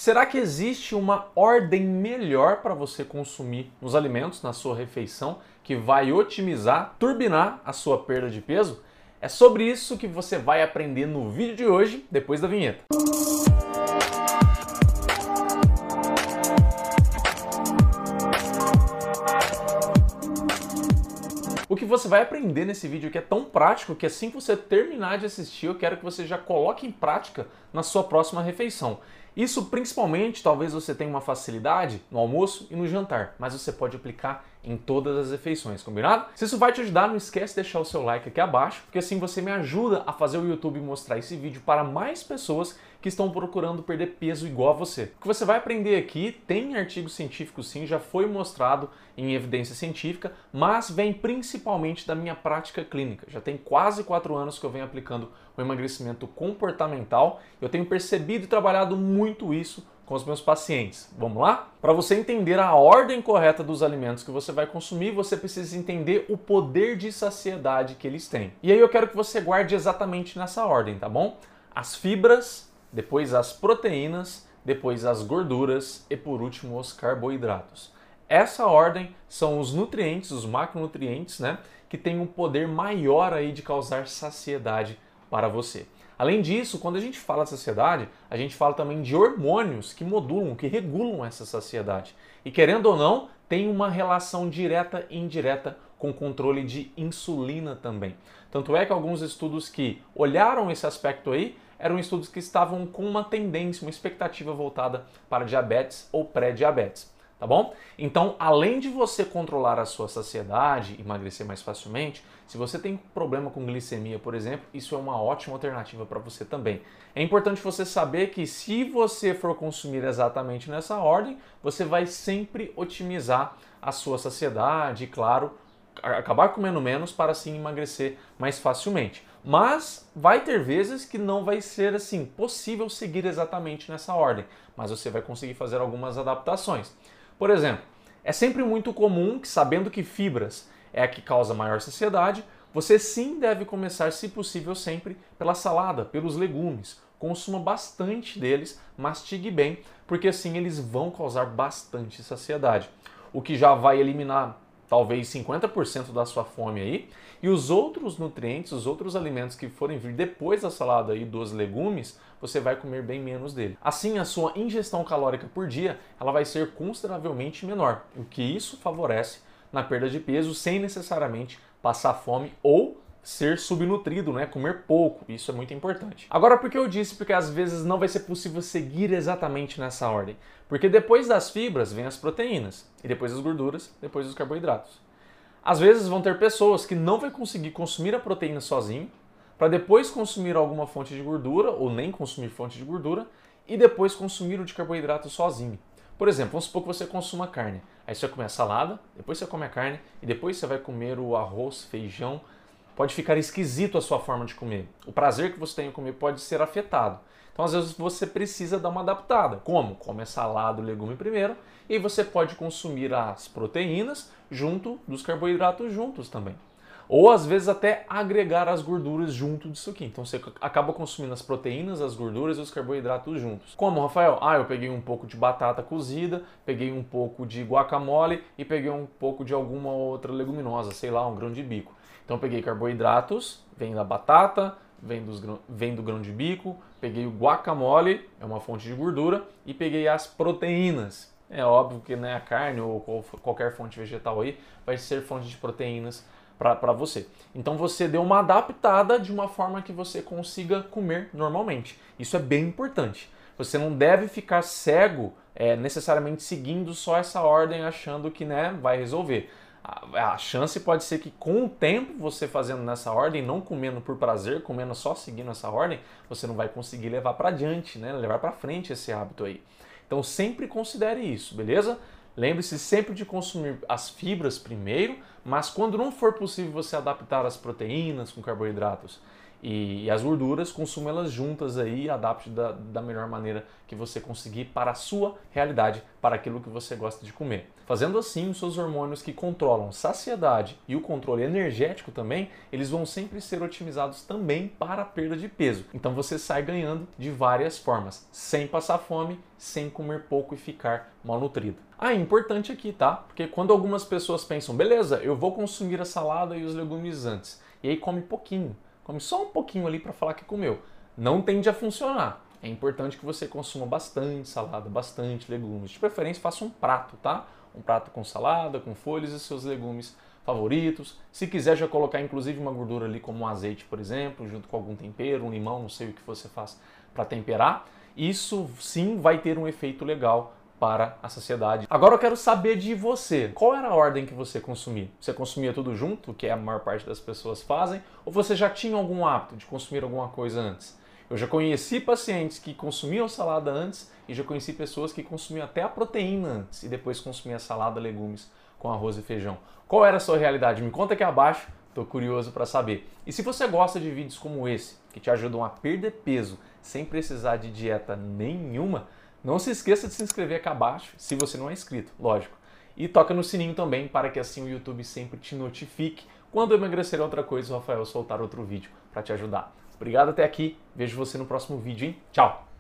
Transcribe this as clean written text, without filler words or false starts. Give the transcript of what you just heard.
Será que existe uma ordem melhor para você consumir os alimentos na sua refeição que vai otimizar, turbinar a sua perda de peso? É sobre isso que você vai aprender no vídeo de hoje, depois da vinheta. O que você vai aprender nesse vídeo aqui é tão prático que assim que você terminar de assistir, eu quero que você já coloque em prática na sua próxima refeição. Isso principalmente, talvez você tenha uma facilidade no almoço e no jantar, mas você pode aplicar em todas as refeições, combinado? Se isso vai te ajudar, não esquece de deixar o seu like aqui abaixo, porque assim você me ajuda a fazer o YouTube mostrar esse vídeo para mais pessoas que estão procurando perder peso igual a você. O que você vai aprender aqui tem artigo científico sim, já foi mostrado em evidência científica, mas vem principalmente da minha prática clínica. Já tem quase 4 anos que eu venho aplicando o emagrecimento comportamental. Eu tenho percebido e trabalhado muito isso com os meus pacientes. Vamos lá? Para você entender a ordem correta dos alimentos que você vai consumir, você precisa entender o poder de saciedade que eles têm. E aí eu quero que você guarde exatamente nessa ordem, tá bom? As fibras, depois as proteínas, depois as gorduras e por último os carboidratos. Essa ordem são os nutrientes, os macronutrientes, né, que têm um poder maior aí de causar saciedade para você. Além disso, quando a gente fala de saciedade, a gente fala também de hormônios que modulam, que regulam essa saciedade. E querendo ou não, tem uma relação direta e indireta com o controle de insulina também. Tanto é que alguns estudos que olharam esse aspecto aí, eram estudos que estavam com uma tendência, uma expectativa voltada para diabetes ou pré-diabetes. Tá bom? Então, além de você controlar a sua saciedade, emagrecer mais facilmente, se você tem problema com glicemia, por exemplo, isso é uma ótima alternativa para você também. É importante você saber que se você for consumir exatamente nessa ordem, você vai sempre otimizar a sua saciedade e, claro, acabar comendo menos para assim emagrecer mais facilmente. Mas vai ter vezes que não vai ser assim possível seguir exatamente nessa ordem, mas você vai conseguir fazer algumas adaptações. Por exemplo, é sempre muito comum que, sabendo que fibras é a que causa maior saciedade, você sim deve começar, se possível, sempre pela salada, pelos legumes. Consuma bastante deles, mastigue bem, porque assim eles vão causar bastante saciedade. O que já vai eliminar talvez 50% da sua fome aí, e os outros nutrientes, os outros alimentos que forem vir depois da salada e dos legumes, você vai comer bem menos dele. Assim, a sua ingestão calórica por dia, ela vai ser consideravelmente menor, o que isso favorece na perda de peso sem necessariamente passar fome ou ser subnutrido, né? Comer pouco, isso é muito importante. Agora, por que eu disse? Porque às vezes não vai ser possível seguir exatamente nessa ordem. Porque depois das fibras vem as proteínas, e depois as gorduras, depois os carboidratos. Às vezes vão ter pessoas que não vão conseguir consumir a proteína sozinho, para depois consumir alguma fonte de gordura, ou nem consumir fonte de gordura, e depois consumir o de carboidrato sozinho. Por exemplo, vamos supor que você consuma carne. Aí você vai comer a salada, depois você come a carne, e depois você vai comer o arroz, feijão. Pode ficar esquisito a sua forma de comer. O prazer que você tem em comer pode ser afetado. Então, às vezes, você precisa dar uma adaptada. Como? Come a salada, o legume primeiro, e aí você pode consumir as proteínas junto dos carboidratos juntos também. Ou, às vezes, até agregar as gorduras junto disso aqui. Então, você acaba consumindo as proteínas, as gorduras e os carboidratos juntos. Como, Rafael? Eu peguei um pouco de batata cozida, peguei um pouco de guacamole e peguei um pouco de alguma outra leguminosa, sei lá, um grão de bico. Então, eu peguei carboidratos, vem da batata, vem do grão de bico, peguei o guacamole, é uma fonte de gordura, e peguei as proteínas. É óbvio que, né, a carne ou qualquer fonte vegetal aí vai ser fonte de proteínas para você. Então você deu uma adaptada de uma forma que você consiga comer normalmente. Isso é bem importante. Você não deve ficar cego necessariamente seguindo só essa ordem achando que, né, vai resolver. A chance pode ser que com o tempo você fazendo nessa ordem, não comendo por prazer, comendo só seguindo essa ordem, você não vai conseguir levar para adiante, né? Levar para frente esse hábito aí. Então sempre considere isso, beleza? Lembre-se sempre de consumir as fibras primeiro, mas quando não for possível você adaptar as proteínas com carboidratos E as gorduras, consuma elas juntas aí e adapte da melhor maneira que você conseguir para a sua realidade, para aquilo que você gosta de comer. Fazendo assim, os seus hormônios que controlam saciedade e o controle energético também, eles vão sempre ser otimizados também para a perda de peso. Então você sai ganhando de várias formas, sem passar fome, sem comer pouco e ficar malnutrido. Importante aqui, tá? Porque quando algumas pessoas pensam, beleza, eu vou consumir a salada e os legumes antes, e aí come pouquinho, come só um pouquinho ali para falar que comeu. Não tende a funcionar. É importante que você consuma bastante salada, bastante legumes. De preferência, faça um prato, tá? Um prato com salada, com folhas e seus legumes favoritos. Se quiser já colocar inclusive uma gordura ali como um azeite, por exemplo, junto com algum tempero, um limão, não sei o que você faz para temperar. Isso sim vai ter um efeito legal para a saciedade. Agora eu quero saber de você. Qual era a ordem que você consumia? Você consumia tudo junto, que é a maior parte das pessoas fazem, ou você já tinha algum hábito de consumir alguma coisa antes? Eu já conheci pacientes que consumiam salada antes e já conheci pessoas que consumiam até a proteína antes e depois consumiam salada, legumes com arroz e feijão. Qual era a sua realidade? Me conta aqui abaixo, estou curioso para saber. E se você gosta de vídeos como esse, que te ajudam a perder peso sem precisar de dieta nenhuma, não se esqueça de se inscrever aqui abaixo, se você não é inscrito, lógico. E toca no sininho também, para que assim o YouTube sempre te notifique quando eu emagrecer outra coisa e o Rafael soltar outro vídeo para te ajudar. Obrigado até aqui, vejo você no próximo vídeo, hein? Tchau!